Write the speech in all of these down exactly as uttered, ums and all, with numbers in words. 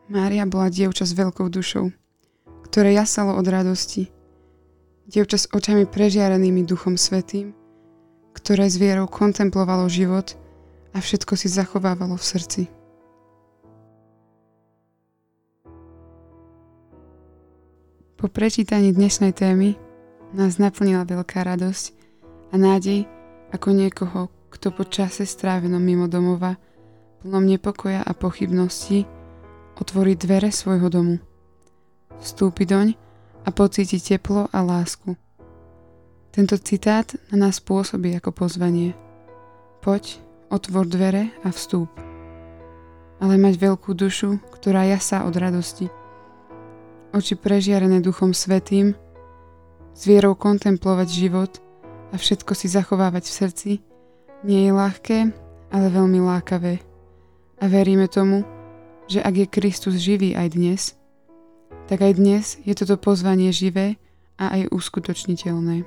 Mária bola dievča s veľkou dušou, ktoré jasalo od radosti. Dievča s očami prežiarenými Duchom Svätým, ktoré s vierou kontemplovalo život a všetko si zachovávalo v srdci. Po prečítaní dnešnej témy nás naplnila veľká radosť a nádej ako niekoho, kto po čase strávenom mimo domova, plnom nepokoja a pochybností, otvorí dvere svojho domu. Vstúpi doň a pocíti teplo a lásku. Tento citát na nás pôsobí ako pozvanie. Poď, otvor dvere a vstúp. Ale mať veľkú dušu, ktorá jasá od radosti. Oči prežiarené Duchom Svätým, s vierou kontemplovať život a všetko si zachovávať v srdci, nie je ľahké, ale veľmi lákavé. A veríme tomu, že ak je Kristus živý aj dnes, tak aj dnes je toto pozvanie živé a aj uskutočniteľné.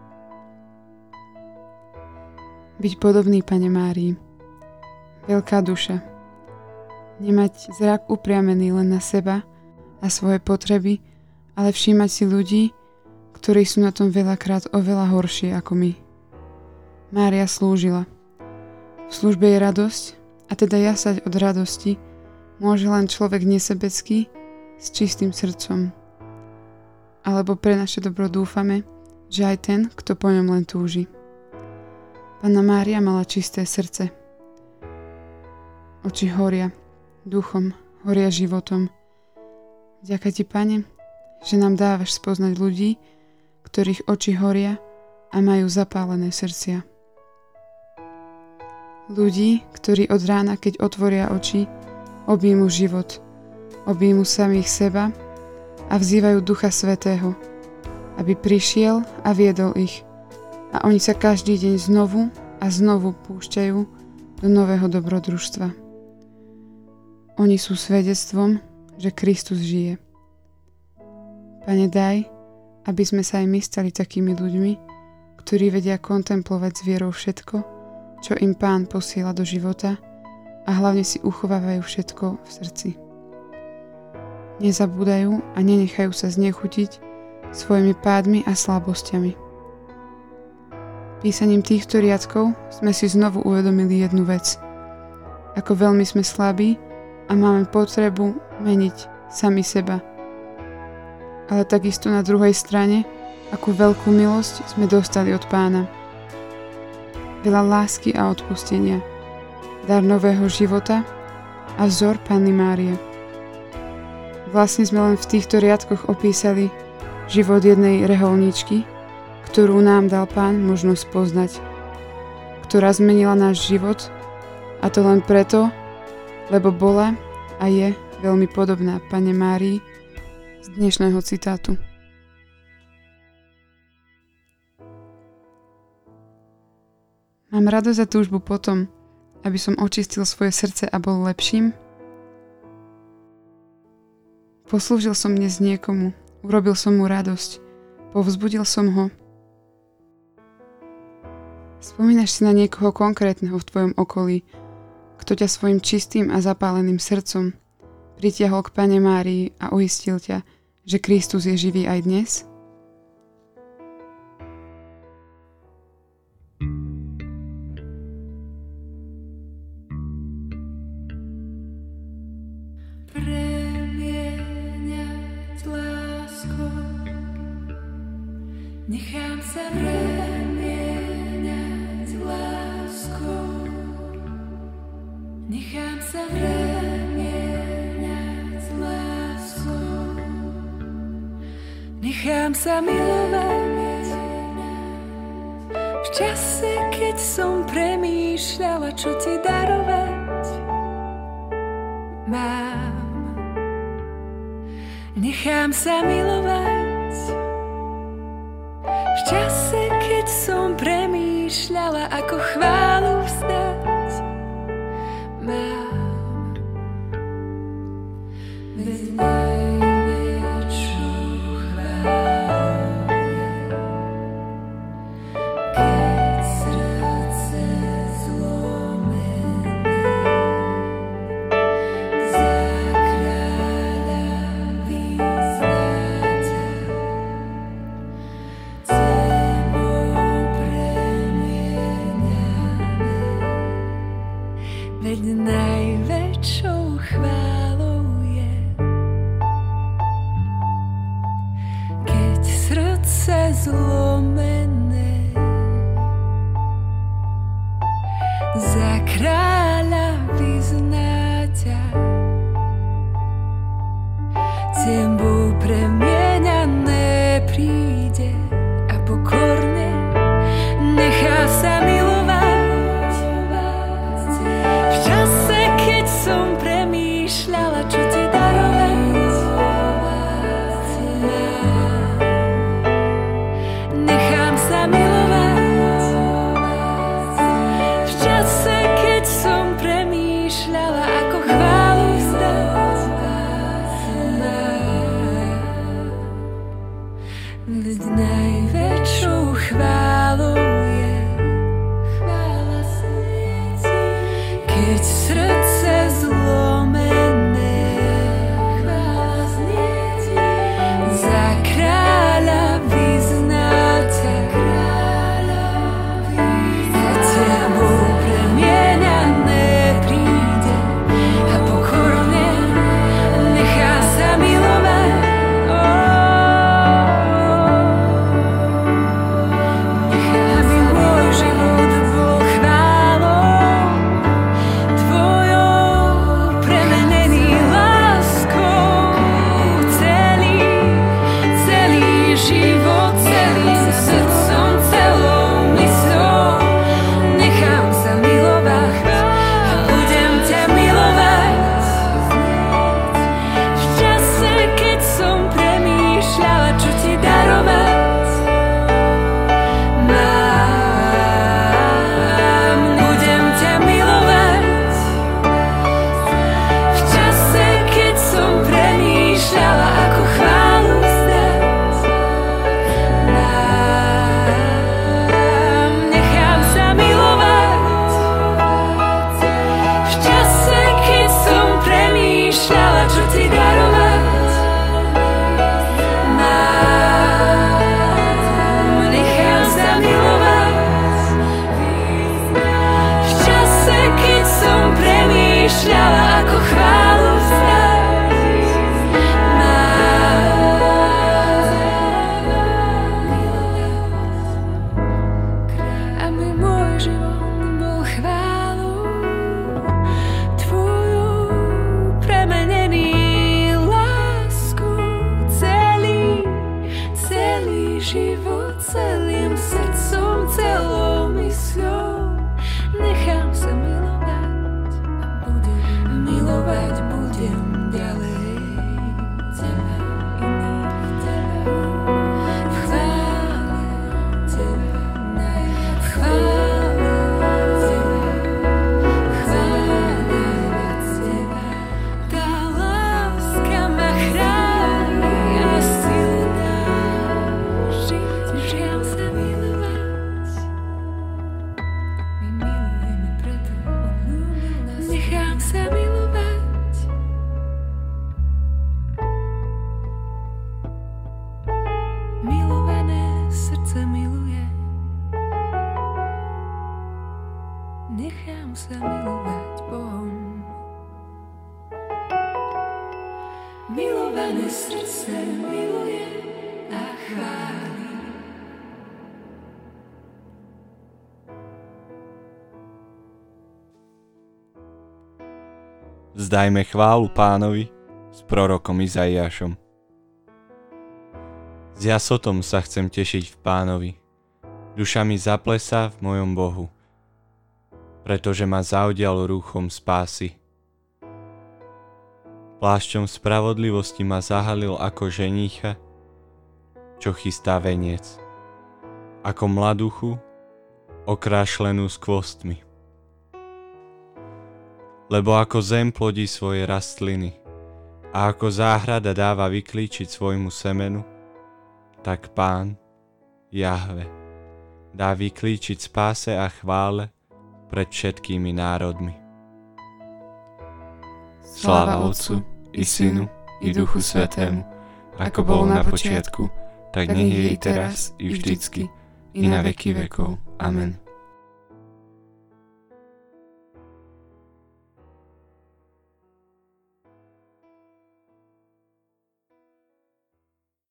Byť podobný Pane Márii. Veľká duša. Nemať zrak upriamený len na seba a svoje potreby, ale všímať si ľudí, ktorí sú na tom veľakrát oveľa horšie ako my. Mária slúžila. V službe je radosť, a teda jasať od radosti môže len človek nesebecký s čistým srdcom. Alebo pre naše dobro dúfame, že aj ten, kto po ňom len túži. Panna Mária mala čisté srdce. Oči horia duchom, horia životom. Vďaka Ti, Pane, že nám dávaš spoznať ľudí, ktorých oči horia a majú zapálené srdcia. Ľudí, ktorí od rána, keď otvoria oči, objímu život, objímu samých seba a vzývajú Ducha Svätého, aby prišiel a viedol ich. A oni sa každý deň znovu a znovu púšťajú do nového dobrodružstva. Oni sú svedectvom, že Kristus žije. Pane, daj, aby sme sa aj my stali takými ľuďmi, ktorí vedia kontemplovať s vierou všetko, čo im Pán posiela do života, a hlavne si uchovávajú všetko v srdci. Nezabúdajú a nenechajú sa znechutiť svojimi pádmi a slabosťami. Písaním týchto riadkov sme si znovu uvedomili jednu vec. Ako veľmi sme slabí a máme potrebu meniť sami seba. Ale takisto na druhej strane, akú veľkú milosť sme dostali od Pána. Veľa lásky a odpustenia, dar nového života a vzor Panny Márie. Vlastne sme len v týchto riadkoch opísali život jednej reholníčky, ktorú nám dal Pán možnosť poznať, ktorá zmenila náš život, a to len preto, lebo bola a je veľmi podobná Panne Márii z dnešného citátu. Mám radosť a túžbu potom, aby som očistil svoje srdce a bol lepším? Poslúžil som dnes niekomu, urobil som mu radosť, povzbudil som ho. Spomínaš si na niekoho konkrétneho v tvojom okolí, kto ťa svojim čistým a zapáleným srdcom pritiahol k Panne Márii a uistil ťa, že Kristus je živý aj dnes? Premieňať láskou, nechám sa premieňať láskou, nechám sa premieňať láskou, nechám sa milovať. V čase, keď som premýšľala, čo ti darovať mám. Nechám sa milovať. V čase, keď som premýšľala, ako chválu vzdať mám. Veď najväčšiu chválu, keď srdce zlomené za kráľ milované srdce miluje a chváli. Vzdajme chválu Pánovi s prorokom Izaiášom. S jasotom sa chcem tešiť v Pánovi, duša mi zaplesá v mojom Bohu, pretože ma zaodial rúchom spásy. Plášťom spravodlivosti ma zahalil ako ženícha, čo chystá veniec, ako mladuchu, okrášlenú s kvostmi. Lebo ako zem plodí svoje rastliny a ako záhrada dáva vyklíčiť svojmu semenu, tak Pán, Jahve, dá vyklíčiť spáse a chvále pred všetkými národmi. Sláva Otcu i Synu i Duchu Svätému, ako bolo na počiatku, tak nech je i teraz i vždycky i na veky vekov. Amen.